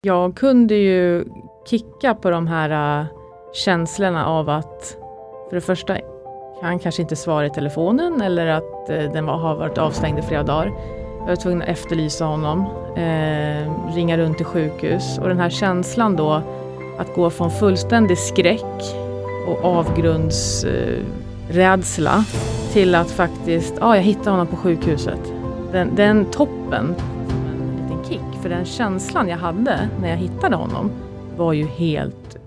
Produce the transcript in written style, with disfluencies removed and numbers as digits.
Jag kunde ju kicka på de här känslorna av att för det första han kanske inte svarar i telefonen eller att den har varit avstängd i flera dagar. Jag var tvungen att efterlysa honom, ringa runt till sjukhus. Och den här känslan då att gå från fullständig skräck och avgrundsrädsla till att faktiskt, jag hittade honom på sjukhuset. Den toppen, en liten kick. För den känslan jag hade när jag hittade honom var ju helt